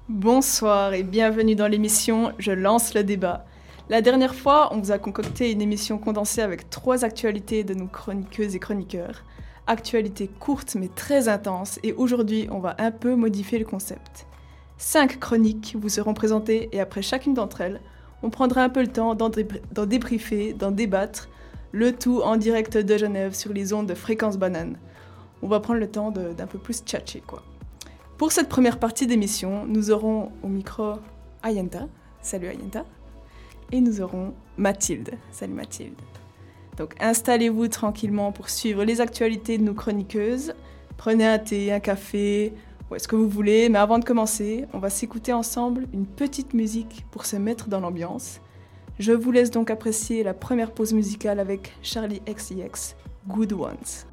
Bonsoir et bienvenue dans l'émission Je lance le débat. La dernière fois, on vous a concocté une émission condensée avec 3 actualités de nos chroniqueuses et chroniqueurs. Actualités courtes mais très intenses et aujourd'hui, on va un peu modifier le concept. 5 chroniques vous seront présentées et après chacune d'entre elles, on prendra un peu le temps d'en débriefer, d'en débattre, le tout en direct de Genève sur les ondes de Fréquence Banane. On va prendre le temps d'un peu plus tchatcher quoi. Pour cette première partie d'émission, nous aurons au micro Ayenta. Salut Ayenta. Et nous aurons Mathilde. Salut Mathilde. Donc installez-vous tranquillement pour suivre les actualités de nos chroniqueuses. Prenez un thé, un café, ou ce que vous voulez. Mais avant de commencer, on va s'écouter ensemble une petite musique pour se mettre dans l'ambiance. Je vous laisse donc apprécier la première pause musicale avec Charli XCX, Good Ones.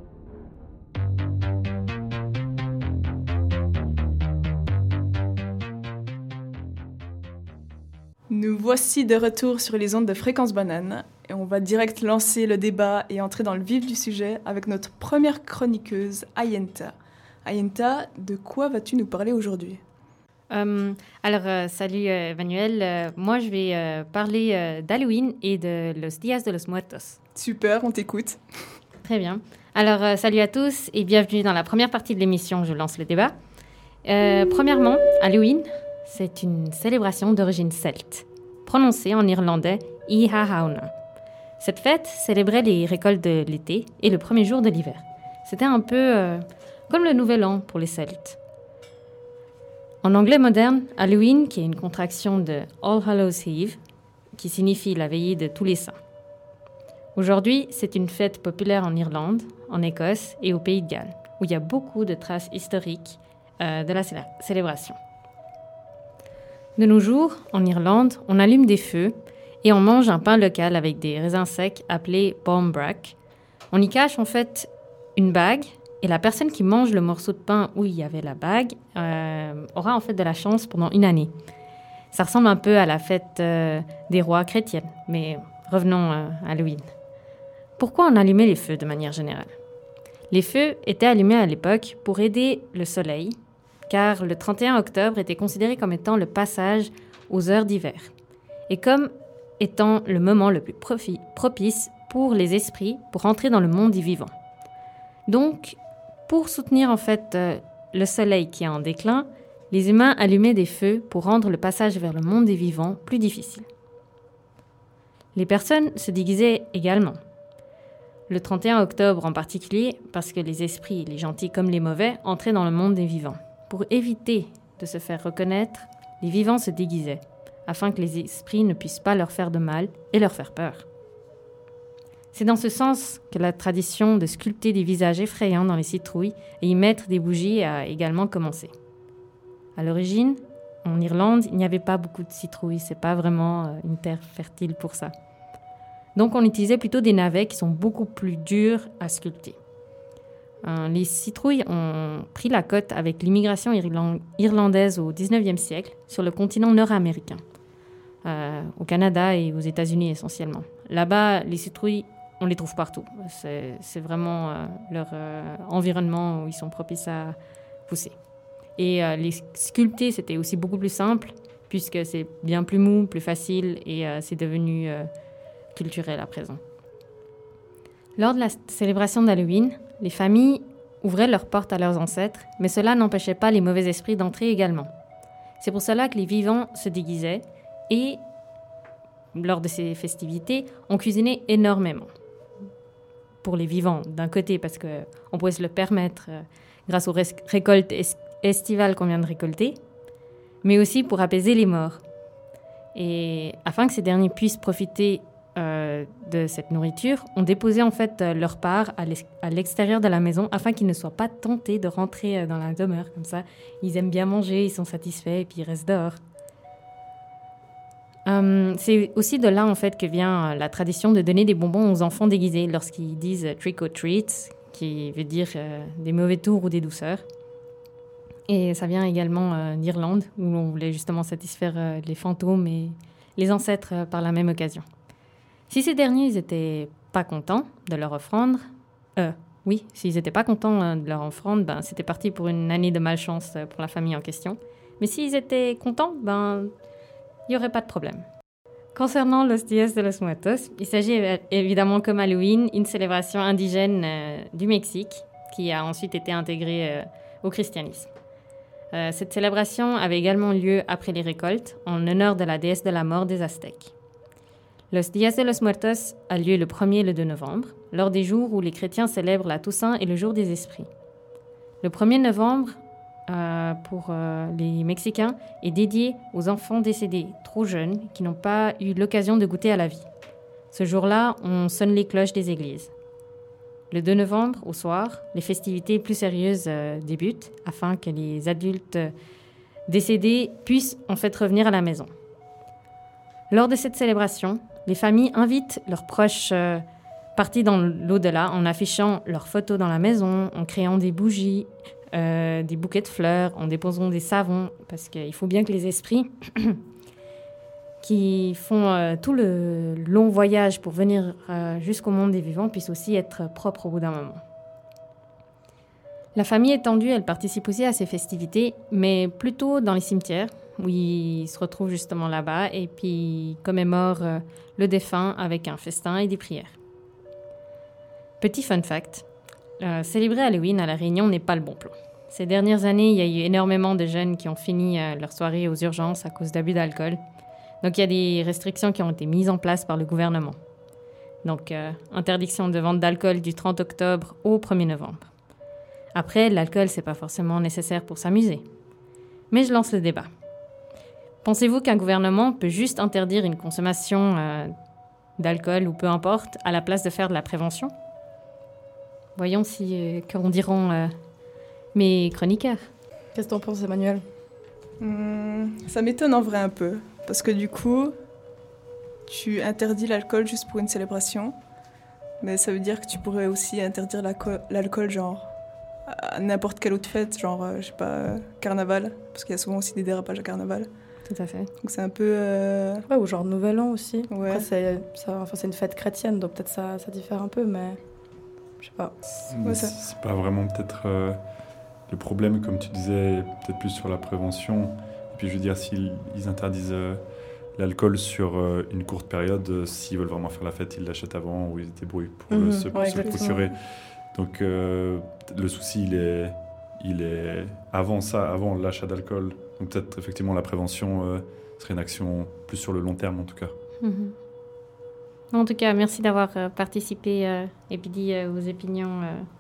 Nous voici de retour sur les ondes de Fréquence Banane et on va direct lancer le débat et entrer dans le vif du sujet avec notre première chroniqueuse, Ayenta. Ayenta, de quoi vas-tu nous parler aujourd'hui ? Salut Emmanuel. Moi, je vais parler d'Halloween et de Los Días de los Muertos. Super, on t'écoute. Très bien. Alors, salut à tous et bienvenue dans la première partie de l'émission Je lance le débat. Premièrement, Halloween, c'est une célébration d'origine celte, prononcée en irlandais Ihahauna. Cette fête célébrait les récoltes de l'été et le premier jour de l'hiver. C'était un peu comme le Nouvel An pour les Celtes. En anglais moderne, Halloween, qui est une contraction de All Hallows Eve, qui signifie la veillée de tous les saints. Aujourd'hui, c'est une fête populaire en Irlande, en Écosse et au Pays de Galles, où il y a beaucoup de traces historiques de la célébration. De nos jours, en Irlande, on allume des feux et on mange un pain local avec des raisins secs appelés bombrack. On y cache en fait une bague et la personne qui mange le morceau de pain où il y avait la bague aura en fait de la chance pendant une année. Ça ressemble un peu à la fête des rois chrétiennes, mais revenons à Halloween. Pourquoi on allumait les feux de manière générale ? Les feux étaient allumés à l'époque pour aider le soleil, car le 31 octobre était considéré comme étant le passage aux heures d'hiver, et comme étant le moment le plus propice pour les esprits pour entrer dans le monde des vivants. Donc, pour soutenir en fait le soleil qui est en déclin, les humains allumaient des feux pour rendre le passage vers le monde des vivants plus difficile. Les personnes se déguisaient également. Le 31 octobre en particulier, parce que les esprits, les gentils comme les mauvais, entraient dans le monde des vivants. Pour éviter de se faire reconnaître, les vivants se déguisaient, afin que les esprits ne puissent pas leur faire de mal et leur faire peur. C'est dans ce sens que la tradition de sculpter des visages effrayants dans les citrouilles et y mettre des bougies a également commencé. À l'origine, en Irlande, il n'y avait pas beaucoup de citrouilles, c'est pas vraiment une terre fertile pour ça. Donc on utilisait plutôt des navets qui sont beaucoup plus durs à sculpter. Les citrouilles ont pris la cote avec l'immigration irlandaise au 19e siècle sur le continent nord-américain, au Canada et aux États-Unis essentiellement. Là-bas, les citrouilles, on les trouve partout. C'est vraiment leur environnement où ils sont propices à pousser. Et les sculpter, c'était aussi beaucoup plus simple, puisque c'est bien plus mou, plus facile, et c'est devenu culturel à présent. Lors de la célébration d'Halloween, les familles ouvraient leurs portes à leurs ancêtres, mais cela n'empêchait pas les mauvais esprits d'entrer également. C'est pour cela que les vivants se déguisaient et, lors de ces festivités, on cuisinait énormément. Pour les vivants, d'un côté, parce qu'on pouvait se le permettre grâce aux récoltes estivales qu'on vient de récolter, mais aussi pour apaiser les morts. Et afin que ces derniers puissent profiter de cette nourriture, on déposait en fait leur part à l'extérieur de la maison afin qu'ils ne soient pas tentés de rentrer dans la demeure. Comme ça, ils aiment bien manger, ils sont satisfaits et puis ils restent dehors. C'est aussi de là en fait que vient la tradition de donner des bonbons aux enfants déguisés lorsqu'ils disent trick or treat, qui veut dire des mauvais tours ou des douceurs. Et ça vient également d'Irlande, où on voulait justement satisfaire les fantômes et les ancêtres par la même occasion. Si ces derniers n'étaient pas contents de leur offrande, s'ils n'étaient pas contents de leur offrande, c'était parti pour une année de malchance pour la famille en question. Mais s'ils étaient contents, il n'y aurait pas de problème. Concernant Los Días de los Muertos, il s'agit évidemment comme Halloween, une célébration indigène du Mexique qui a ensuite été intégrée au christianisme. Cette célébration avait également lieu après les récoltes, en honneur de la déesse de la mort des Aztèques. Los Días de los Muertos a lieu le 1er et le 2 novembre, lors des jours où les chrétiens célèbrent la Toussaint et le jour des esprits. Le 1er novembre, pour les Mexicains, est dédié aux enfants décédés trop jeunes qui n'ont pas eu l'occasion de goûter à la vie. Ce jour-là, on sonne les cloches des églises. Le 2 novembre, au soir, les festivités plus sérieuses débutent afin que les adultes décédés puissent en fait revenir à la maison. Lors de cette célébration, les familles invitent leurs proches partis dans l'au-delà en affichant leurs photos dans la maison, en créant des bougies, des bouquets de fleurs, en déposant des savons, parce qu'il faut bien que les esprits qui font tout le long voyage pour venir jusqu'au monde des vivants puissent aussi être propres au bout d'un moment. La famille étendue, elle participe aussi à ces festivités, mais plutôt dans les cimetières, où ils se retrouvent justement là-bas et puis commémorent le défunt avec un festin et des prières. Petit fun fact, célébrer Halloween à La Réunion n'est pas le bon plan. Ces dernières années, il y a eu énormément de jeunes qui ont fini leur soirée aux urgences à cause d'abus d'alcool. Donc il y a des restrictions qui ont été mises en place par le gouvernement. Donc interdiction de vente d'alcool du 30 octobre au 1er novembre. Après, l'alcool, c'est pas forcément nécessaire pour s'amuser. Mais je lance le débat. Pensez-vous qu'un gouvernement peut juste interdire une consommation d'alcool ou peu importe à la place de faire de la prévention ? Voyons qu'en diront mes chroniqueurs. Qu'est-ce que t'en penses, Emmanuel ? Ça m'étonne en vrai un peu, parce que du coup, tu interdis l'alcool juste pour une célébration, mais ça veut dire que tu pourrais aussi interdire l'alcool genre à n'importe quelle autre fête, genre, je sais pas, carnaval, parce qu'il y a souvent aussi des dérapages à carnaval. Tout à fait. Donc c'est un peu... Ouais, ou genre Nouvel An aussi. Ouais. Après, c'est une fête chrétienne, donc peut-être ça diffère un peu, mais je sais pas. Ouais, c'est pas vraiment peut-être le problème, comme tu disais, peut-être plus sur la prévention. Et puis je veux dire, s'ils interdisent l'alcool sur une courte période, s'ils veulent vraiment faire la fête, ils l'achètent avant ou ils se débrouillent pour se procurer. Donc le souci, il est avant ça, avant l'achat d'alcool. Donc peut-être effectivement la prévention serait une action plus sur le long terme en tout cas. En tout cas, merci d'avoir participé et puis dit vos opinions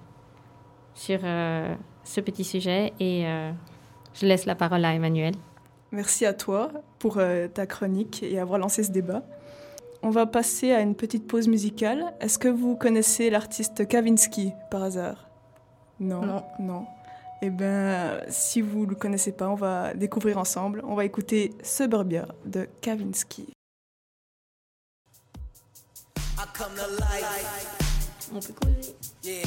sur ce petit sujet. Et je laisse la parole à Emmanuel. Merci à toi pour ta chronique et avoir lancé ce débat. On va passer à une petite pause musicale. Est-ce que vous connaissez l'artiste Kavinsky par hasard ? Non. Eh bien, si vous ne le connaissez pas, on va découvrir ensemble. On va écouter Suburbia de Kavinsky. On peut causer.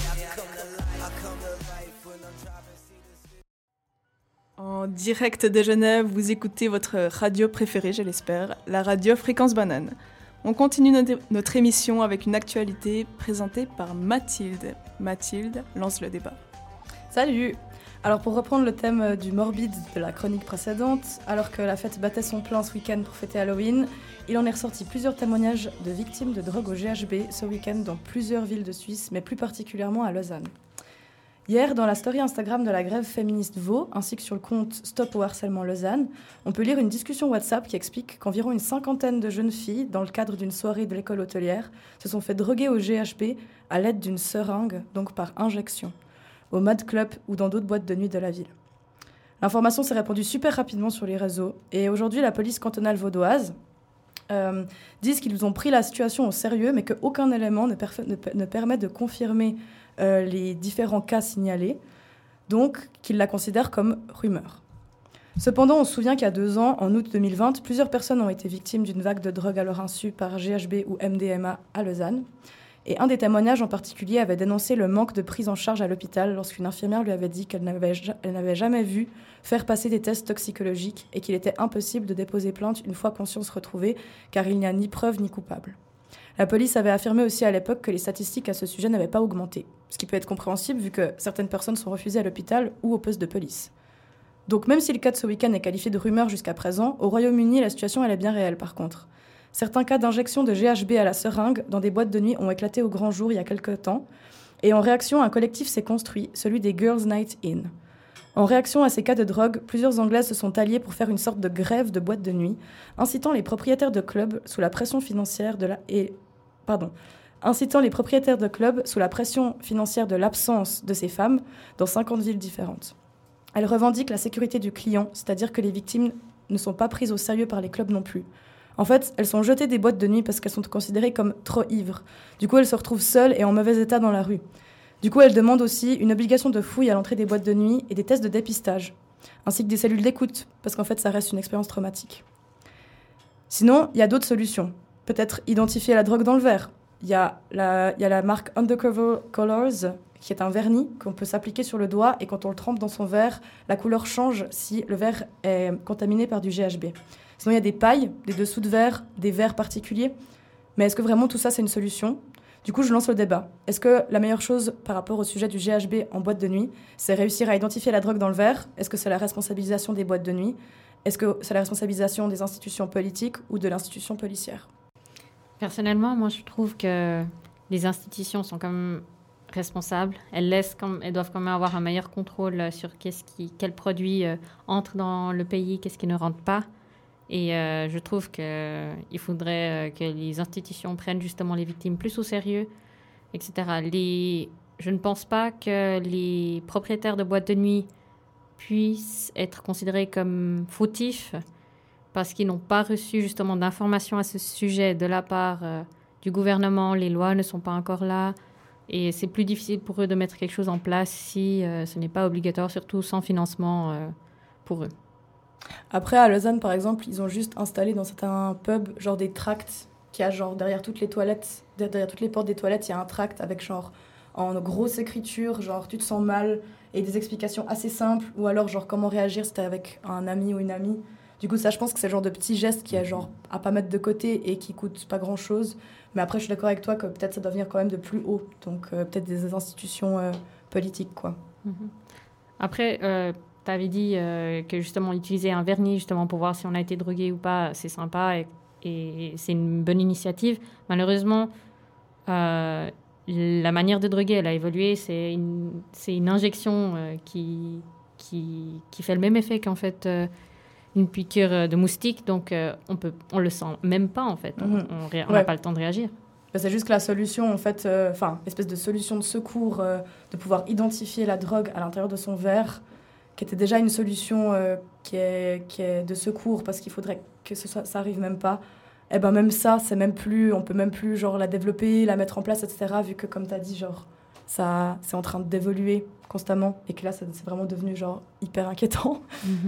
En direct de Genève, vous écoutez votre radio préférée, je l'espère, la radio Fréquence Banane. On continue notre émission avec une actualité présentée par Mathilde. Mathilde lance le débat. Salut! Alors pour reprendre le thème du morbide de la chronique précédente, alors que la fête battait son plein ce week-end pour fêter Halloween, il en est ressorti plusieurs témoignages de victimes de drogue au GHB ce week-end dans plusieurs villes de Suisse, mais plus particulièrement à Lausanne. Hier, dans la story Instagram de la grève féministe Vaud, ainsi que sur le compte Stop au harcèlement Lausanne, on peut lire une discussion WhatsApp qui explique qu'environ une cinquantaine de jeunes filles, dans le cadre d'une soirée de l'école hôtelière, se sont fait droguer au GHB à l'aide d'une seringue, donc par injection, au Mad Club ou dans d'autres boîtes de nuit de la ville. L'information s'est répandue super rapidement sur les réseaux, et aujourd'hui la police cantonale vaudoise disent qu'ils ont pris la situation au sérieux, mais qu'aucun élément ne permet de confirmer les différents cas signalés, donc qu'ils la considèrent comme rumeur. Cependant, on se souvient qu'il y a 2 ans, en août 2020, plusieurs personnes ont été victimes d'une vague de drogue à leur insu par GHB ou MDMA à Lausanne. Et un des témoignages en particulier avait dénoncé le manque de prise en charge à l'hôpital lorsqu'une infirmière lui avait dit qu'elle n'avait jamais vu faire passer des tests toxicologiques et qu'il était impossible de déposer plainte une fois conscience retrouvée, car il n'y a ni preuve ni coupable. La police avait affirmé aussi à l'époque que les statistiques à ce sujet n'avaient pas augmenté, ce qui peut être compréhensible vu que certaines personnes sont refusées à l'hôpital ou au poste de police. Donc même si le cas de ce week-end est qualifié de rumeur jusqu'à présent, au Royaume-Uni, la situation elle est bien réelle par contre. Certains cas d'injection de GHB à la seringue dans des boîtes de nuit ont éclaté au grand jour il y a quelques temps, et en réaction, un collectif s'est construit, celui des Girls' Night In. En réaction à ces cas de drogue, plusieurs Anglaises se sont alliées pour faire une sorte de grève de boîtes de nuit, incitant les propriétaires de clubs sous la pression financière de l'absence de ces femmes dans 50 villes différentes. Elles revendiquent la sécurité du client, c'est-à-dire que les victimes ne sont pas prises au sérieux par les clubs non plus. En fait, elles sont jetées des boîtes de nuit parce qu'elles sont considérées comme trop ivres. Du coup, elles se retrouvent seules et en mauvais état dans la rue. Du coup, elles demandent aussi une obligation de fouille à l'entrée des boîtes de nuit et des tests de dépistage, ainsi que des cellules d'écoute, parce qu'en fait, ça reste une expérience traumatique. Sinon, il y a d'autres solutions. Peut-être identifier la drogue dans le verre. Il y a la marque Undercover Colors, qui est un vernis qu'on peut s'appliquer sur le doigt, et quand on le trempe dans son verre, la couleur change si le verre est contaminé par du GHB. Sinon, il y a des pailles, des dessous de verre, des verres particuliers. Mais est-ce que vraiment tout ça, c'est une solution ? Du coup, je lance le débat. Est-ce que la meilleure chose par rapport au sujet du GHB en boîte de nuit, c'est réussir à identifier la drogue dans le verre ? Est-ce que c'est la responsabilisation des boîtes de nuit ? Est-ce que c'est la responsabilisation des institutions politiques ou de l'institution policière ? Personnellement, moi, je trouve que les institutions sont quand même responsables. Elles doivent quand même avoir un meilleur contrôle sur quels produits entrent dans le pays, qu'est-ce qui ne rentre pas. Et je trouve qu'il faudrait que les institutions prennent justement les victimes plus au sérieux, etc. Je ne pense pas que les propriétaires de boîtes de nuit puissent être considérés comme fautifs parce qu'ils n'ont pas reçu justement d'informations à ce sujet de la part du gouvernement. Les lois ne sont pas encore là et c'est plus difficile pour eux de mettre quelque chose en place si ce n'est pas obligatoire, surtout sans financement pour eux. Après, à Lausanne, par exemple, ils ont juste installé dans certains pubs genre des tracts qui a genre derrière toutes les toilettes, derrière toutes les portes des toilettes, il y a un tract avec genre en grosse écriture, genre tu te sens mal, et des explications assez simples, ou alors genre comment réagir si t'es avec un ami ou une amie. Du coup, ça, je pense que c'est le genre de petits gestes qui a genre à pas mettre de côté et qui coûtent pas grand-chose. Mais après, je suis d'accord avec toi que peut-être ça doit venir quand même de plus haut, donc peut-être des institutions politiques, quoi. Après, tu avais dit que justement utiliser un vernis justement pour voir si on a été drogué ou pas, c'est sympa et c'est une bonne initiative. Malheureusement, la manière de droguer, elle a évolué. C'est une injection qui fait le même effet qu'en fait une piqûre de moustique. Donc on le sent même pas en fait. On n'a pas le temps de réagir. C'est juste que la solution, en fait, espèce de solution de secours, de pouvoir identifier la drogue à l'intérieur de son verre, qui était déjà une solution qui est de secours parce qu'il faudrait que ça arrive même pas. Et ben même ça, on peut même plus genre la développer, la mettre en place, etc. Vu que comme tu as dit, genre ça c'est en train d'évoluer constamment et que là c'est vraiment devenu genre hyper inquiétant.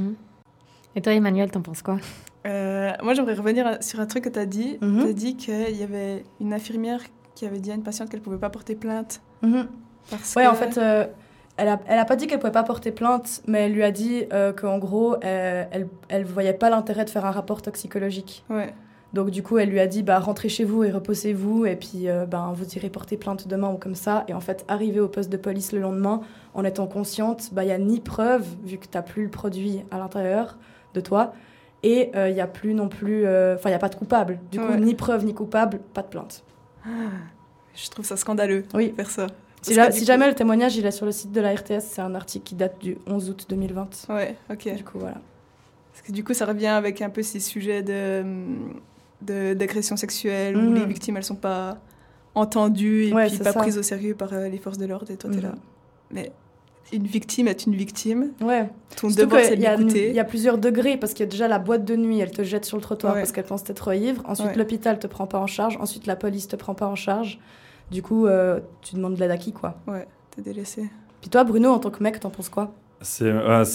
Et toi, Emmanuel, t'en penses quoi ? Moi, j'aimerais revenir sur un truc que tu as dit. Tu as dit qu'il y avait une infirmière qui avait dit à une patiente qu'elle ne pouvait pas porter plainte. En fait, elle a pas dit qu'elle ne pouvait pas porter plainte, mais elle lui a dit qu'en gros, elle ne voyait pas l'intérêt de faire un rapport toxicologique. Ouais. Donc du coup, elle lui a dit rentrez chez vous et reposez-vous, et puis vous irez porter plainte demain ou comme ça. Et en fait, arrivée au poste de police le lendemain, en étant consciente, il n'y a ni preuve, vu que tu n'as plus le produit à l'intérieur de toi, et il n'y a plus non plus... il n'y a pas de coupable. Du coup, ni preuve ni coupable, pas de plainte. Je trouve ça scandaleux, faire ça. Si jamais le témoignage, il est sur le site de la RTS, c'est un article qui date du 11 août 2020. Ouais, ok. Du coup, voilà. Parce que du coup, ça revient avec un peu ces sujets d'agression sexuelle où les victimes, elles sont pas entendues et puis pas prises au sérieux par les forces de l'ordre et toi, t'es là. Mais une victime est une victime. Ouais. Ton devoir, c'est de l'écouter. Il y a plusieurs degrés parce qu'il y a déjà la boîte de nuit, elle te jette sur le trottoir parce qu'elle pense que t'es trop ivre. Ensuite, l'hôpital te prend pas en charge. Ensuite, la police te prend pas en charge. Du coup, tu demandes de l'aide à qui, quoi. Ouais, t'es délaissé. Puis toi, Bruno, en tant que mec, t'en penses quoi ? C'est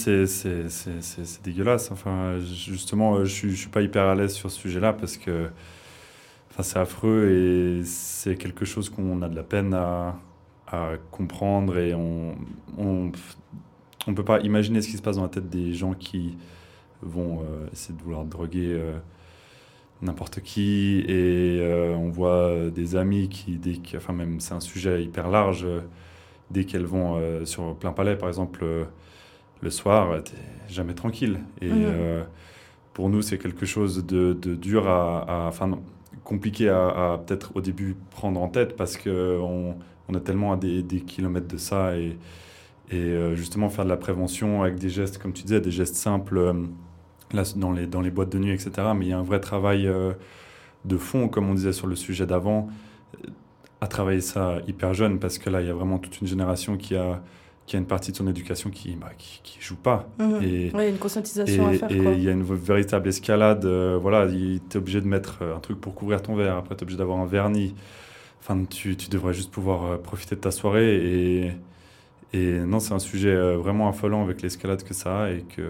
dégueulasse. Enfin, justement, je suis pas hyper à l'aise sur ce sujet-là parce que c'est affreux et c'est quelque chose qu'on a de la peine à comprendre et on peut pas imaginer ce qui se passe dans la tête des gens qui vont essayer de vouloir droguer n'importe qui et on voit des amis même c'est un sujet hyper large dès qu'elles vont sur plein palais par exemple le soir, tu n'es jamais tranquille. Et pour nous, c'est quelque chose de dur compliqué à peut-être au début prendre en tête parce qu'on est tellement à des kilomètres de ça. Et justement, faire de la prévention avec des gestes, comme tu disais, des gestes simples là, dans les boîtes de nuit, etc. Mais il y a un vrai travail de fond, comme on disait sur le sujet d'avant, à travailler ça hyper jeune, parce que là, il y a vraiment toute une génération qui a une partie de son éducation qui joue pas. Il y a une conscientisation à faire. Et il y a une véritable escalade. Voilà, tu es obligé de mettre un truc pour couvrir ton verre, après tu es obligé d'avoir un vernis. Enfin, tu devrais juste pouvoir profiter de ta soirée. Et non, c'est un sujet vraiment affolant avec l'escalade que ça a,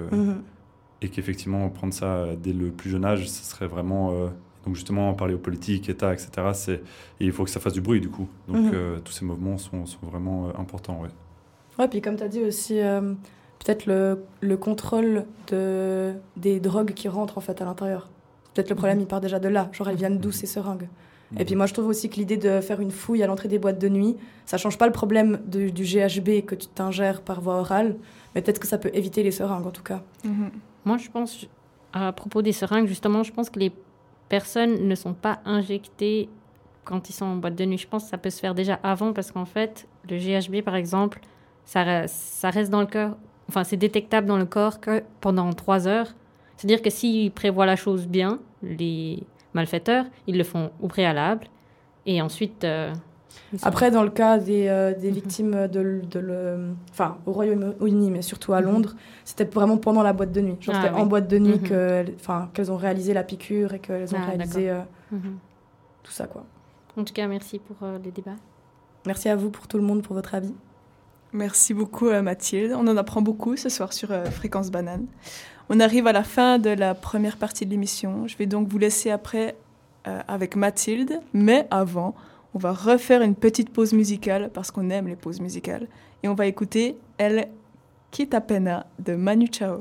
et qu'effectivement, prendre ça dès le plus jeune âge, ce serait vraiment... donc justement, parler aux politiques, État, etc. Et il faut que ça fasse du bruit, du coup. Donc tous ces mouvements sont vraiment importants, ouais. Ouais, puis comme tu as dit aussi, peut-être le contrôle des drogues qui rentrent en fait à l'intérieur. Peut-être le problème, il part déjà de là. Genre, elles viennent d'où ces seringues? Et puis moi, je trouve aussi que l'idée de faire une fouille à l'entrée des boîtes de nuit, ça change pas le problème du GHB que tu t'ingères par voie orale, mais peut-être que ça peut éviter les seringues, en tout cas. Moi, je pense, à propos des seringues, justement, je pense que les personnes ne sont pas injectées quand ils sont en boîte de nuit. Je pense que ça peut se faire déjà avant, parce qu'en fait, le GHB, par exemple, ça reste dans le corps, enfin, c'est détectable dans le corps que pendant 3 heures. C'est-à-dire que s'ils prévoient la chose bien, les malfaiteurs, ils le font au préalable, et ensuite... Après, dans le cas des victimes enfin, au Royaume-Uni, mais surtout à Londres, c'était vraiment pendant la boîte de nuit. Genre, c'était en boîte de nuit qu'elles ont réalisé la piqûre et qu'elles ont réalisé tout ça, quoi. En tout cas, merci pour les débats. Merci à vous, pour tout le monde, pour votre avis. Merci beaucoup Mathilde. On en apprend beaucoup ce soir sur Fréquence Banane. On arrive à la fin de la première partie de l'émission. Je vais donc vous laisser après avec Mathilde. Mais avant, on va refaire une petite pause musicale parce qu'on aime les pauses musicales. Et on va écouter El Quitapena de Manu Chao.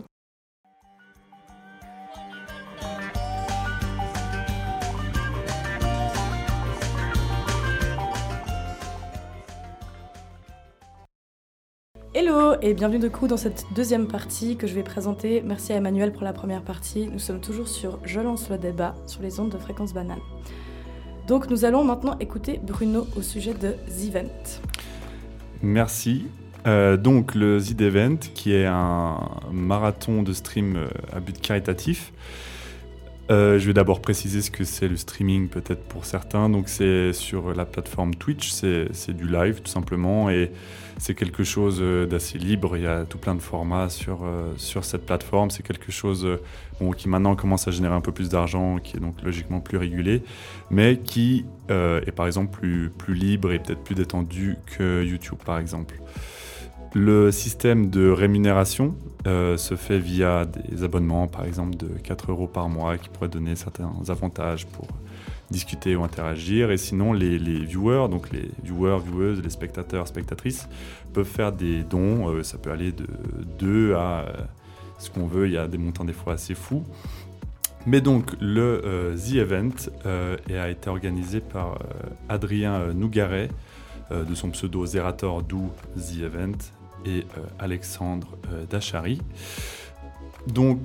Hello et bienvenue de coup dans cette deuxième partie que je vais présenter. Merci à Emmanuel pour la première partie. Nous sommes toujours sur Je lance le débat sur les ondes de Fréquence Banane. Donc nous allons maintenant écouter Bruno au sujet de The Event. Merci. Donc le The Event, qui est un marathon de stream à but caritatif. Je vais d'abord préciser ce que c'est le streaming peut-être pour certains. Donc c'est sur la plateforme Twitch, c'est du live tout simplement, et c'est quelque chose d'assez libre. Il y a tout plein de formats sur cette plateforme. C'est quelque chose qui maintenant commence à générer un peu plus d'argent, qui est donc logiquement plus régulé, mais qui est par exemple plus libre et peut-être plus détendu que YouTube par exemple. Le système de rémunération se fait via des abonnements, par exemple de 4 € par mois, qui pourraient donner certains avantages pour discuter ou interagir. Et sinon, les viewers, donc les viewers, vieweuses, les spectateurs, spectatrices, peuvent faire des dons. Ça peut aller de 2 à ce qu'on veut. Il y a des montants des fois assez fous. Mais donc, le The Event a été organisé par Adrien Nougaret, de son pseudo Zerator, d'où The Event, et Alexandre Dachary. Donc,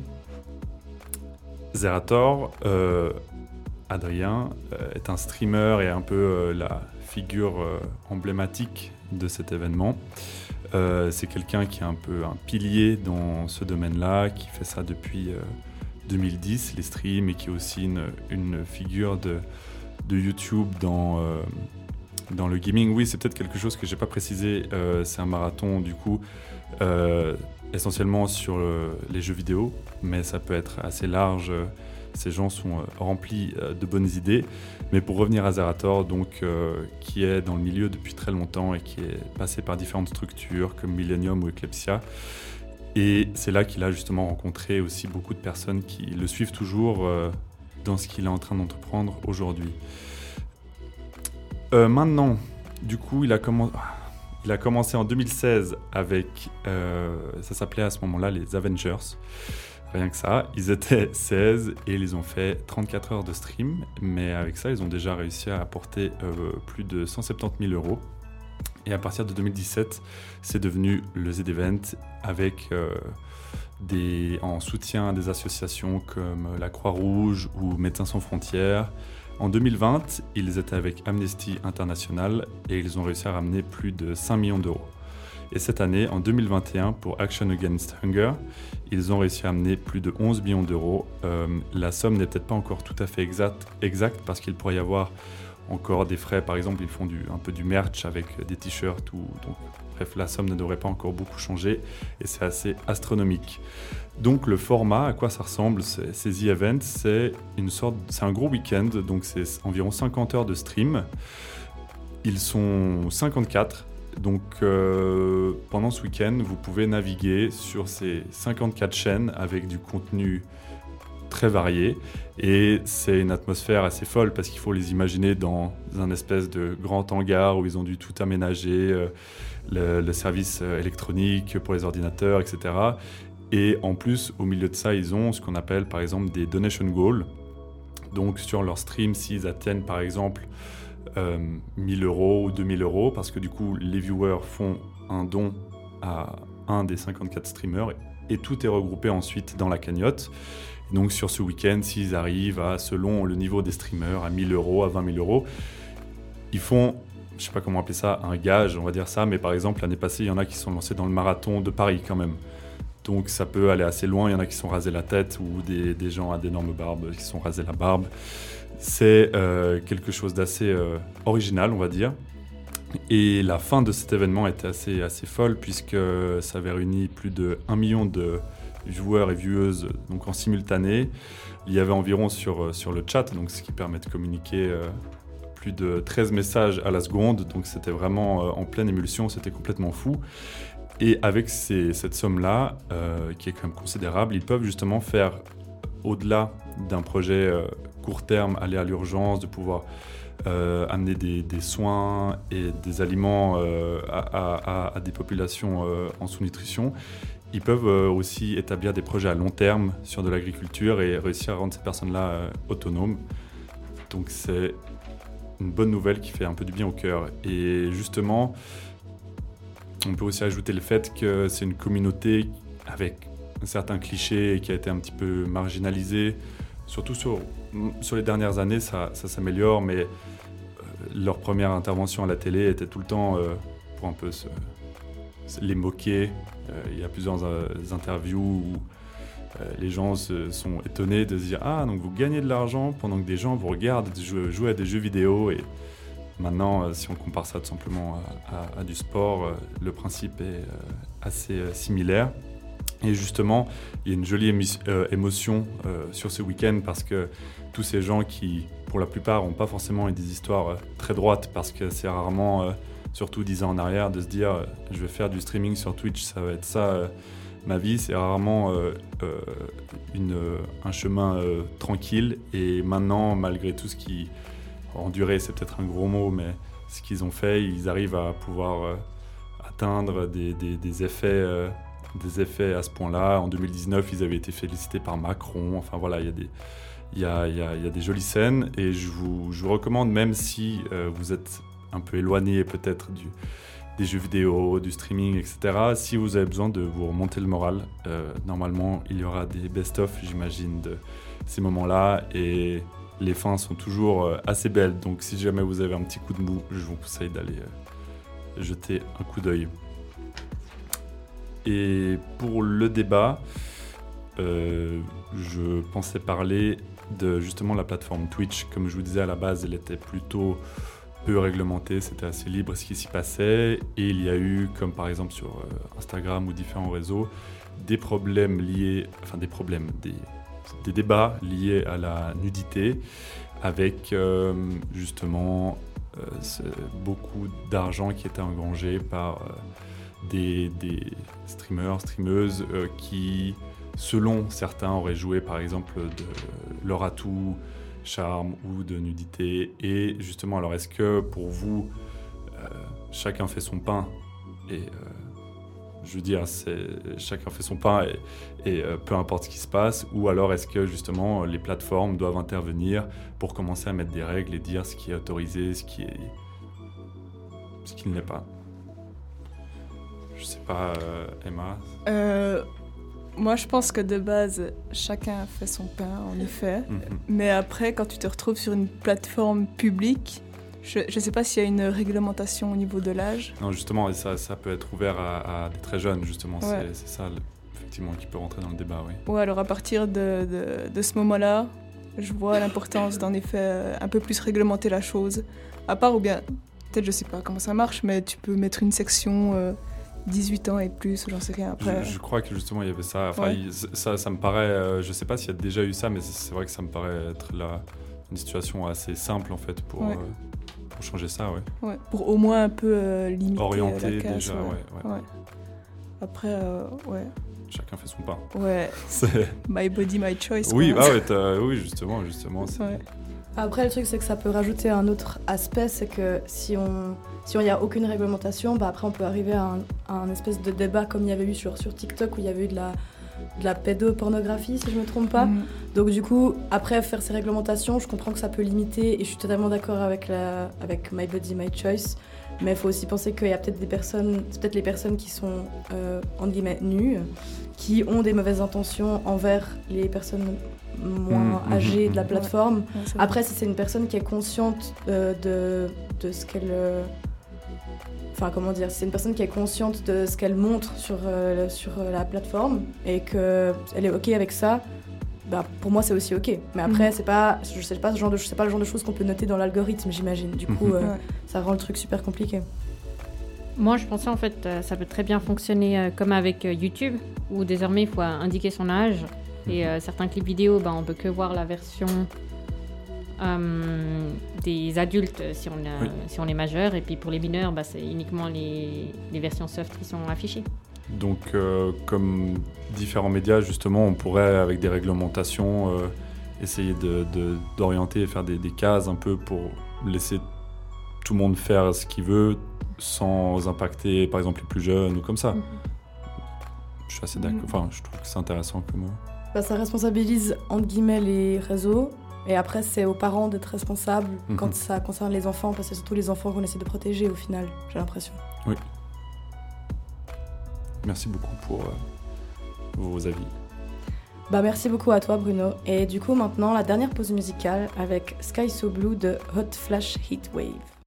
Zerator, Adrien, est un streamer et un peu la figure emblématique de cet événement. C'est quelqu'un qui est un peu un pilier dans ce domaine-là, qui fait ça depuis 2010, les streams, et qui est aussi une figure de YouTube dans le gaming. Oui, c'est peut-être quelque chose que j'ai pas précisé. C'est un marathon, du coup, essentiellement sur les jeux vidéo, mais ça peut être assez large. Ces gens sont remplis de bonnes idées. Mais pour revenir à Zerator, donc, qui est dans le milieu depuis très longtemps et qui est passé par différentes structures comme Millennium ou Eclipsia. Et c'est là qu'il a justement rencontré aussi beaucoup de personnes qui le suivent toujours dans ce qu'il est en train d'entreprendre aujourd'hui. Maintenant, du coup, il a commencé en 2016 avec, ça s'appelait à ce moment-là les Avengers, rien que ça. Ils étaient 16 et ils ont fait 34 heures de stream, mais avec ça, ils ont déjà réussi à apporter plus de 170 000 €. Et à partir de 2017, c'est devenu le Z-Event avec en soutien des associations comme la Croix-Rouge ou Médecins sans frontières. En 2020, ils étaient avec Amnesty International et ils ont réussi à ramener plus de 5 millions d'euros. Et cette année, en 2021, pour Action Against Hunger, ils ont réussi à amener plus de 11 millions d'euros. La somme n'est peut-être pas encore tout à fait exacte parce qu'il pourrait y avoir encore des frais. Par exemple, ils font un peu du merch avec des t-shirts. Bref, la somme ne devrait pas encore beaucoup changer et c'est assez astronomique. Donc le format, à quoi ça ressemble, ces The-Events, c'est un gros week-end, donc c'est environ 50 heures de stream. Ils sont 54. Donc pendant ce week-end, vous pouvez naviguer sur ces 54 chaînes avec du contenu très varié et c'est une atmosphère assez folle parce qu'il faut les imaginer dans un espèce de grand hangar où ils ont dû tout aménager, le service électronique pour les ordinateurs, etc. Et en plus, au milieu de ça, ils ont ce qu'on appelle par exemple des donation goals. Donc sur leur stream, s'ils atteignent par exemple 1000 € ou 2000 €, parce que du coup les viewers font un don à un des 54 streamers et tout est regroupé ensuite dans la cagnotte. Et donc sur ce week-end, s'ils arrivent à, selon le niveau des streamers, à 1000 €, à 20 000 €, ils font, je sais pas comment appeler ça, un gage, on va dire ça, mais par exemple l'année passée, il y en a qui sont lancés dans le marathon de Paris quand même. Donc ça peut aller assez loin, il y en a qui sont rasés la tête ou des gens à d'énormes barbes qui sont rasés la barbe. C'est quelque chose d'assez original, on va dire. Et la fin de cet événement était assez folle puisque ça avait réuni plus de 1 million de viewers et vieweuses donc en simultané. Il y avait environ sur le chat, donc ce qui permet de communiquer plus de 13 messages à la seconde. Donc c'était vraiment en pleine émulsion, c'était complètement fou. Et avec cette somme-là, qui est quand même considérable, ils peuvent justement faire, au-delà d'un projet court terme, aller à l'urgence, de pouvoir amener des soins et des aliments à des populations en sous-nutrition. Ils peuvent aussi établir des projets à long terme sur de l'agriculture et réussir à rendre ces personnes-là autonomes. Donc c'est une bonne nouvelle qui fait un peu du bien au cœur. Et justement, on peut aussi ajouter le fait que c'est une communauté avec un certain cliché et qui a été un petit peu marginalisée. Surtout sur les dernières années, ça s'améliore, mais leur première intervention à la télé était tout le temps pour un peu les moquer. Il y a plusieurs interviews où les gens sont étonnés de se dire « Ah, donc vous gagnez de l'argent pendant que des gens vous regardent jouer à des jeux vidéo ». Et maintenant, si on compare ça tout simplement à du sport, le principe est assez similaire. Et justement, il y a une jolie émotion sur ce week-end parce que tous ces gens qui, pour la plupart, n'ont pas forcément eu des histoires très droites parce que c'est rarement, surtout 10 ans en arrière, de se dire « je vais faire du streaming sur Twitch, ça va être ça ma vie ». C'est rarement un chemin tranquille. Et maintenant, malgré tout ce qui enduré, c'est peut-être un gros mot, mais ce qu'ils ont fait, ils arrivent à pouvoir atteindre des effets à ce point-là. En 2019, ils avaient été félicités par Macron. Enfin voilà, il y a des jolies scènes et je vous recommande, même si vous êtes un peu éloigné peut-être des jeux vidéo, du streaming, etc. Si vous avez besoin de vous remonter le moral, normalement, il y aura des best-of, j'imagine, de ces moments-là et les fins sont toujours assez belles. Donc si jamais vous avez un petit coup de mou, je vous conseille d'aller jeter un coup d'œil. Et pour le débat, je pensais parler de justement la plateforme Twitch. Comme je vous disais à la base, elle était plutôt peu réglementée, c'était assez libre ce qui s'y passait. Et il y a eu, comme par exemple sur Instagram ou différents réseaux, des débats liés à la nudité avec justement beaucoup d'argent qui était engrangé par des streamers, streameuses qui, selon certains, auraient joué par exemple de leur atout, charme ou de nudité. Et justement, alors est-ce que pour vous, chacun fait son pain et je veux dire, chacun fait son pain et peu importe ce qui se passe, ou alors est-ce que justement les plateformes doivent intervenir pour commencer à mettre des règles et dire ce qui est autorisé, ce qui ne l'est pas. Je sais pas, Emma. Moi, je pense que de base, chacun fait son pain, en effet. Mais après, quand tu te retrouves sur une plateforme publique, je ne sais pas s'il y a une réglementation au niveau de l'âge. Non, justement, ça peut être ouvert à des très jeunes, justement. Ouais. C'est ça, effectivement, qui peut rentrer dans le débat, oui. Ouais, alors à partir de ce moment-là, je vois l'importance d'en effet un peu plus réglementer la chose. À part, ou bien, peut-être je sais pas comment ça marche, mais tu peux mettre une section 18 ans et plus, ou j'en sais rien après. Je crois que justement il y avait ça. Enfin, Ouais. ça me paraît. Je sais pas s'il y a déjà eu ça, mais c'est vrai que ça me paraît être une situation assez simple en fait pour changer ça, ouais. Ouais, pour au moins un peu limiter Orienter la casse. déjà, ouais. Après, ouais. Chacun fait son pain. Ouais, C'est- my body, my choice. Oui, quoi. bah ouais, oui, justement. C'est... Ouais. Après, le truc, c'est que ça peut rajouter un autre aspect, c'est que si on n'y a aucune réglementation, bah après on peut arriver à un espèce de débat comme il y avait eu sur TikTok où il y avait eu de la pédopornographie, si je me trompe pas. Donc du coup, après faire ces réglementations, je comprends que ça peut limiter et je suis totalement d'accord avec My Body, My Choice. Mais il faut aussi penser qu'il y a peut-être les personnes qui sont entre guillemets nues, qui ont des mauvaises intentions envers les personnes moins âgées de la plateforme. Ouais, c'est vrai. Après, si c'est une personne qui est consciente de ce qu'elle... Enfin, comment dire, si c'est une personne qui est consciente de ce qu'elle montre sur la plateforme et qu'elle est OK avec ça, bah, pour moi, c'est aussi OK. Mais après, c'est pas le genre de choses qu'on peut noter dans l'algorithme, j'imagine. Du coup, Ouais. ça rend le truc super compliqué. Moi, je pensais en fait, ça peut très bien fonctionner comme avec YouTube, où désormais il faut indiquer son âge. Et certains clips vidéo, on peut que voir la version des adultes si on est majeur. Et puis pour les mineurs, c'est uniquement les versions soft qui sont affichées. Donc, comme différents médias, justement, on pourrait, avec des réglementations, essayer d'orienter et faire des cases un peu pour laisser tout le monde faire ce qu'il veut sans impacter, par exemple, les plus jeunes ou comme ça. Je suis assez d'accord. Enfin, je trouve que c'est intéressant comme... Ça responsabilise, entre guillemets, les réseaux. Et après, c'est aux parents d'être responsables quand ça concerne les enfants, parce que c'est surtout les enfants qu'on essaie de protéger au final, j'ai l'impression. Oui. Merci beaucoup pour vos avis. Merci beaucoup à toi, Bruno. Et du coup, maintenant, la dernière pause musicale avec Sky So Blue de Hot Flash Heatwave.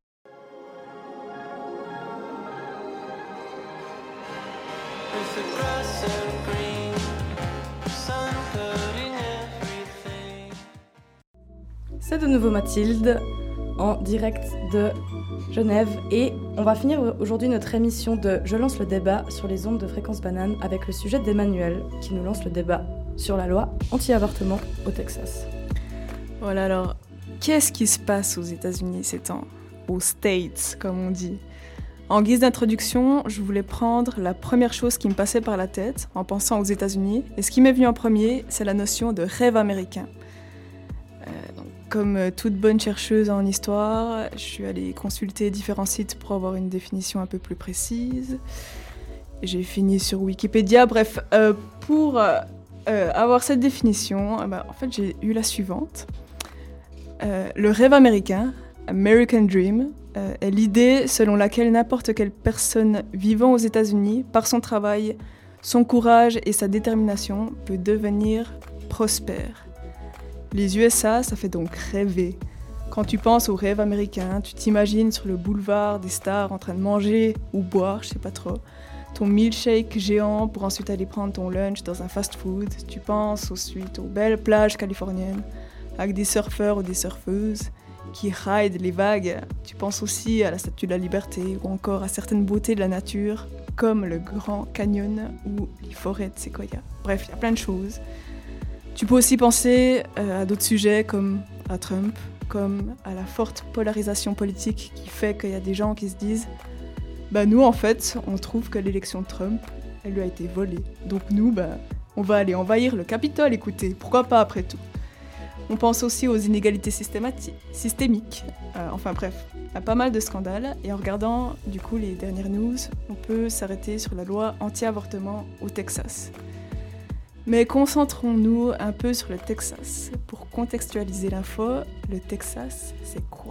C'est de nouveau Mathilde, en direct de Genève. Et on va finir aujourd'hui notre émission de Je lance le débat sur les ondes de Fréquence Banane avec le sujet d'Emmanuel qui nous lance le débat sur la loi anti-avortement au Texas. Voilà, alors, qu'est-ce qui se passe aux États-Unis ces temps ? Aux States, comme on dit. En guise d'introduction, je voulais prendre la première chose qui me passait par la tête en pensant aux États-Unis. Et ce qui m'est venu en premier, c'est la notion de rêve américain. Comme toute bonne chercheuse en histoire, je suis allée consulter différents sites pour avoir une définition un peu plus précise. J'ai fini sur Wikipédia. Bref, pour avoir cette définition, en fait, j'ai eu la suivante. Le rêve américain, American Dream, est l'idée selon laquelle n'importe quelle personne vivant aux États-Unis, par son travail, son courage et sa détermination, peut devenir prospère. Les USA, ça fait donc rêver. Quand tu penses au rêve américain, tu t'imagines sur le boulevard des stars en train de manger ou boire, je sais pas trop, ton milkshake géant pour ensuite aller prendre ton lunch dans un fast-food. Tu penses ensuite aux belles plages californiennes avec des surfeurs ou des surfeuses qui ride les vagues. Tu penses aussi à la Statue de la Liberté ou encore à certaines beautés de la nature comme le Grand Canyon ou les forêts de séquoia. Bref, il y a plein de choses. Tu peux aussi penser à d'autres sujets comme à Trump, comme à la forte polarisation politique qui fait qu'il y a des gens qui se disent nous en fait, on trouve que l'élection de Trump, elle lui a été volée. Donc nous, on va aller envahir le Capitole, écoutez, pourquoi pas après tout. On pense aussi aux inégalités systémiques. Enfin bref, il y a pas mal de scandales et en regardant du coup les dernières news, on peut s'arrêter sur la loi anti-avortement au Texas. Mais concentrons-nous un peu sur le Texas. Pour contextualiser l'info, le Texas, c'est quoi ?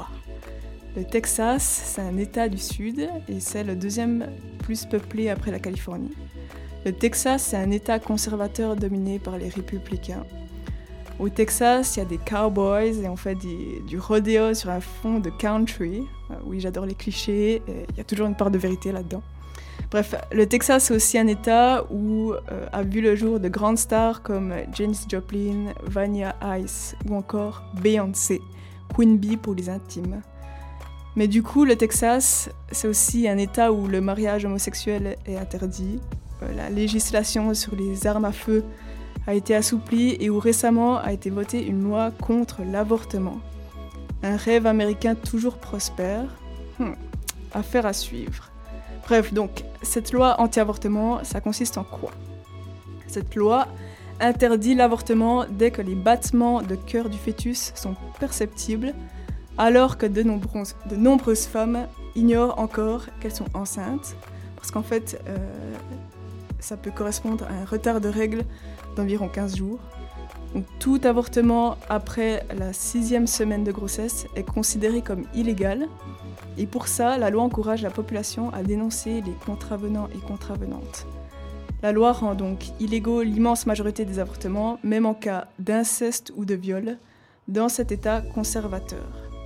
Le Texas, c'est un État du Sud et c'est le deuxième plus peuplé après la Californie. Le Texas, c'est un État conservateur dominé par les républicains. Au Texas, il y a des cowboys et on fait du rodéo sur un fond de country. Oui, j'adore les clichés, et il y a toujours une part de vérité là-dedans. Bref, le Texas, c'est aussi un État où a vu le jour de grandes stars comme Janis Joplin, Vanilla Ice ou encore Beyoncé, Queen Bee pour les intimes. Mais du coup, le Texas, c'est aussi un État où le mariage homosexuel est interdit. La législation sur les armes à feu a été assouplie et où récemment a été votée une loi contre l'avortement. Un rêve américain toujours prospère. Affaire à suivre. Bref, donc, cette loi anti-avortement, ça consiste en quoi ? Cette loi interdit l'avortement dès que les battements de cœur du fœtus sont perceptibles, alors que de nombreuses femmes ignorent encore qu'elles sont enceintes, parce qu'en fait, ça peut correspondre à un retard de règles d'environ 15 jours. Donc, tout avortement après la 6e semaine de grossesse est considéré comme illégal. Et pour ça, la loi encourage la population à dénoncer les contravenants et contravenantes. La loi rend donc illégaux l'immense majorité des avortements, même en cas d'inceste ou de viol, dans cet État conservateur.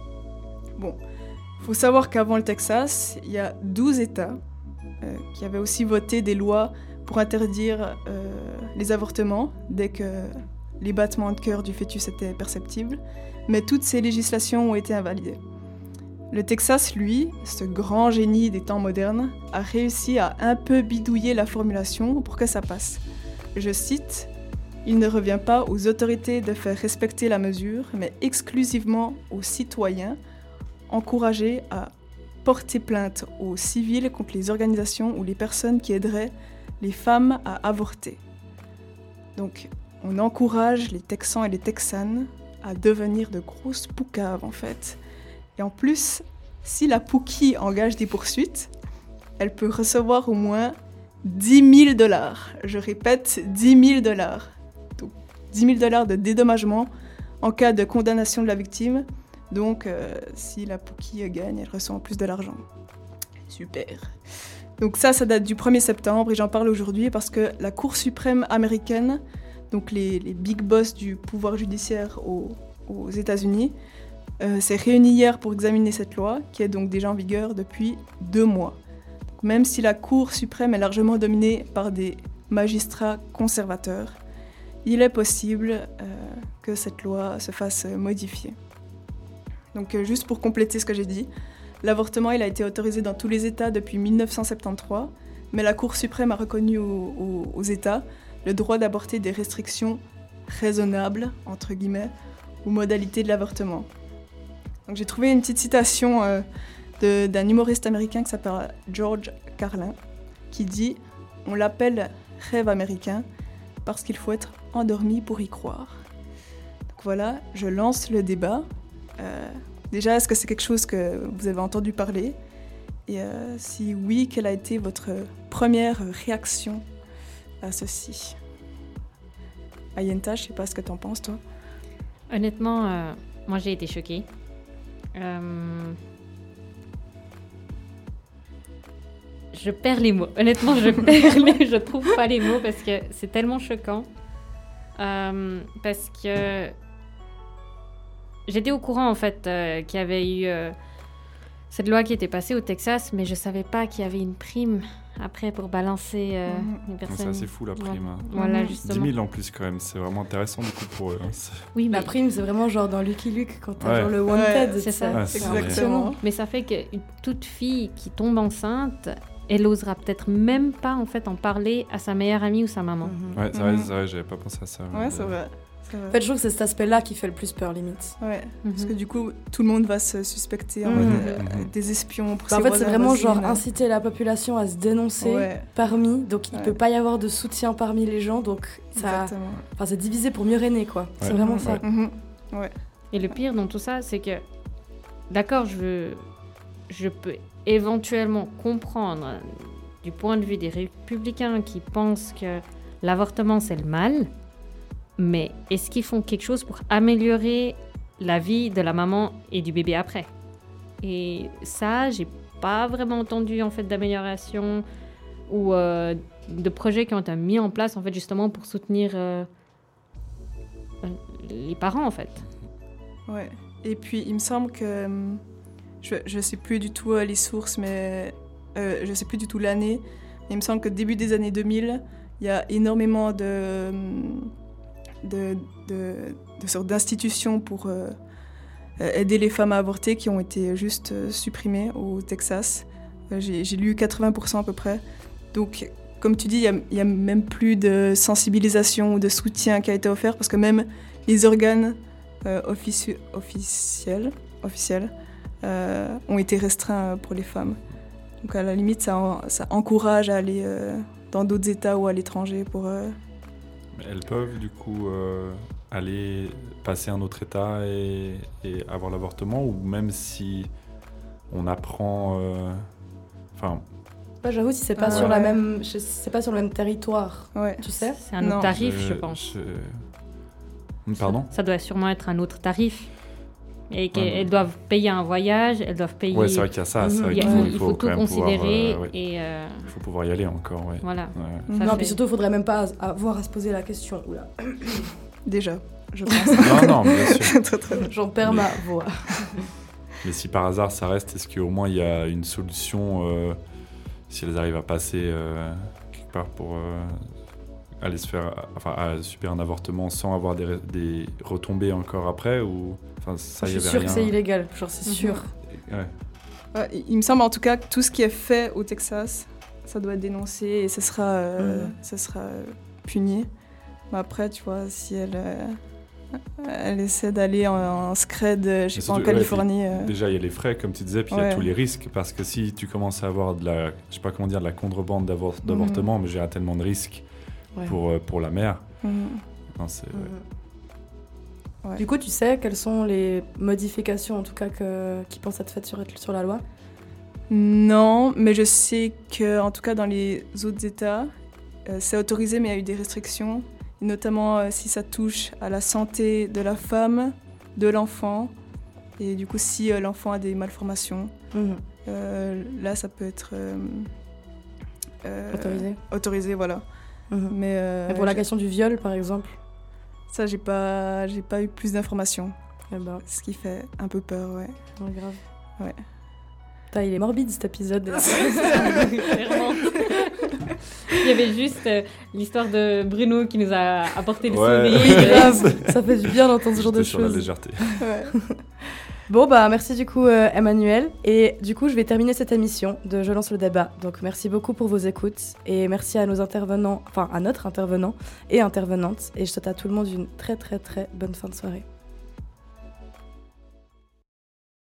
Bon, il faut savoir qu'avant le Texas, il y a 12 États qui avaient aussi voté des lois pour interdire les avortements dès que les battements de cœur du fœtus étaient perceptibles, mais toutes ces législations ont été invalidées. Le Texas, lui, ce grand génie des temps modernes, a réussi à un peu bidouiller la formulation pour que ça passe. Je cite, « Il ne revient pas aux autorités de faire respecter la mesure, mais exclusivement aux citoyens, encouragés à porter plainte aux civils contre les organisations ou les personnes qui aideraient les femmes à avorter. » Donc, on encourage les Texans et les Texanes à devenir de grosses poucaves, en fait. Et en plus, si la Pookie engage des poursuites, elle peut recevoir au moins 10 000 $. Je répète, 10 000 $. Donc, 10 000 $ de dédommagement en cas de condamnation de la victime. Donc, si la Pookie gagne, elle reçoit en plus de l'argent. Super. Donc ça date du 1er septembre et j'en parle aujourd'hui parce que la Cour suprême américaine, donc les big boss du pouvoir judiciaire aux États-Unis, s'est réunie hier pour examiner cette loi, qui est donc déjà en vigueur depuis 2 mois. Donc, même si la Cour suprême est largement dominée par des magistrats conservateurs, il est possible que cette loi se fasse modifier. Donc juste pour compléter ce que j'ai dit, l'avortement il a été autorisé dans tous les États depuis 1973, mais la Cour suprême a reconnu aux États le droit d'aborder des restrictions raisonnables, entre guillemets, aux modalités de l'avortement. Donc, j'ai trouvé une petite citation d'un humoriste américain qui s'appelle George Carlin, qui dit « On l'appelle rêve américain parce qu'il faut être endormi pour y croire. » Donc voilà, je lance le débat. Déjà, est-ce que c'est quelque chose que vous avez entendu parler ? Et si oui, quelle a été votre première réaction à ceci ? Ayenta, je ne sais pas ce que tu en penses, toi. Honnêtement, moi j'ai été choquée. Je perds les mots. Honnêtement, je trouve pas les mots parce que c'est tellement choquant. Parce que j'étais au courant en fait qu'il y avait eu cette loi qui était passée au Texas, mais je savais pas qu'il y avait une prime après pour balancer les personnes. Ça, c'est fou la prime. Hein. Voilà, justement. 10 000 en plus quand même, c'est vraiment intéressant du coup pour eux. Hein. Oui, la prime, c'est vraiment genre dans Lucky Luke quand t'as genre le Wanted. C'est ça. Ouais, exactement. Mais ça fait qu'une toute fille qui tombe enceinte, elle osera peut-être même pas en fait en parler à sa meilleure amie ou sa maman. Ouais, c'est vrai, j'avais pas pensé à ça. Ouais, c'est vrai. En fait, je trouve que c'est cet aspect-là qui fait le plus peur, limite. Ouais, parce que du coup, tout le monde va se suspecter en mode des espions pour ses en fait, c'est vraiment voisines. genre inciter la population à se dénoncer parmi, donc il peut pas y avoir de soutien parmi les gens, donc ça, c'est divisé pour mieux régner, quoi. Ouais. C'est vraiment ça. Ouais. Et le pire dans tout ça, c'est que, d'accord, je peux éventuellement comprendre du point de vue des républicains qui pensent que l'avortement, c'est le mal. Mais est-ce qu'ils font quelque chose pour améliorer la vie de la maman et du bébé après ? Et ça, j'ai pas vraiment entendu en fait d'amélioration ou de projets qui ont été mis en place en fait justement pour soutenir les parents en fait. Ouais. Et puis il me semble que je sais plus du tout les sources, mais je sais plus du tout l'année. Mais il me semble que début des années 2000, il y a énormément de sortes d'institutions pour aider les femmes à avorter qui ont été juste supprimées au Texas. J'ai lu 80% à peu près. Donc, comme tu dis, il y a même plus de sensibilisation ou de soutien qui a été offert parce que même les organes officiels ont été restreints pour les femmes. Donc, à la limite, ça encourage à aller dans d'autres États ou à l'étranger pour... Mais elles peuvent du coup aller passer à un autre État et avoir l'avortement, ou même si on apprend... j'avoue, si c'est pas sur la même, c'est pas sur le même territoire, tu sais. C'est un autre tarif, je pense. Pardon ? Ça doit sûrement être un autre tarif. Et qu'elles doivent payer un voyage, elles doivent payer... Ouais, c'est vrai qu'il y a ça. C'est vrai il faut tout considérer. Il faut pouvoir y aller encore, ouais. Voilà. Ouais. Non, puis surtout, il faudrait même pas avoir à se poser la question. Oula. Déjà, je pense. Non, bien sûr. Très bien. J'en perds ma voix. Mais si par hasard ça reste, est-ce qu'au moins il y a une solution si elles arrivent à passer quelque part pour aller se faire, à subir un avortement sans avoir des retombées encore après, ou ça, je suis sûre que c'est illégal, genre c'est sûr. Ouais, il me semble en tout cas que tout ce qui est fait au Texas, ça doit être dénoncé et ça sera puni. Mais après, tu vois, si elle essaie d'aller en scred, je sais pas, en Californie. Déjà, il y a les frais, comme tu disais, puis il y a tous les risques, parce que si tu commences à avoir de la contrebande d'avortement, mais j'ai tellement de risques pour la mère. Non, c'est... Ouais. Du coup, tu sais quelles sont les modifications, en tout cas, qui pensent être faites sur la loi ? Non, mais je sais que, en tout cas, dans les autres États, c'est autorisé, mais il y a eu des restrictions. Et notamment si ça touche à la santé de la femme, de l'enfant, et du coup si l'enfant a des malformations, là ça peut être autorisé, voilà. Mais pour la question du viol, par exemple, ça j'ai pas eu plus d'informations. Ce qui fait un peu peur, ouais. Grave. Ouais. Il est morbide cet épisode. Clairement. Il y avait juste l'histoire de Bruno qui nous a apporté le sourire. Oui, grave. Ça fait du bien d'entendre ce genre de choses. Sur la légèreté. Bon, merci du coup Emmanuel. Et du coup, je vais terminer cette émission de Je lance le débat. Donc merci beaucoup pour vos écoutes. Et merci à nos intervenants, à notre intervenant et intervenante. Et je souhaite à tout le monde une très très très bonne fin de soirée.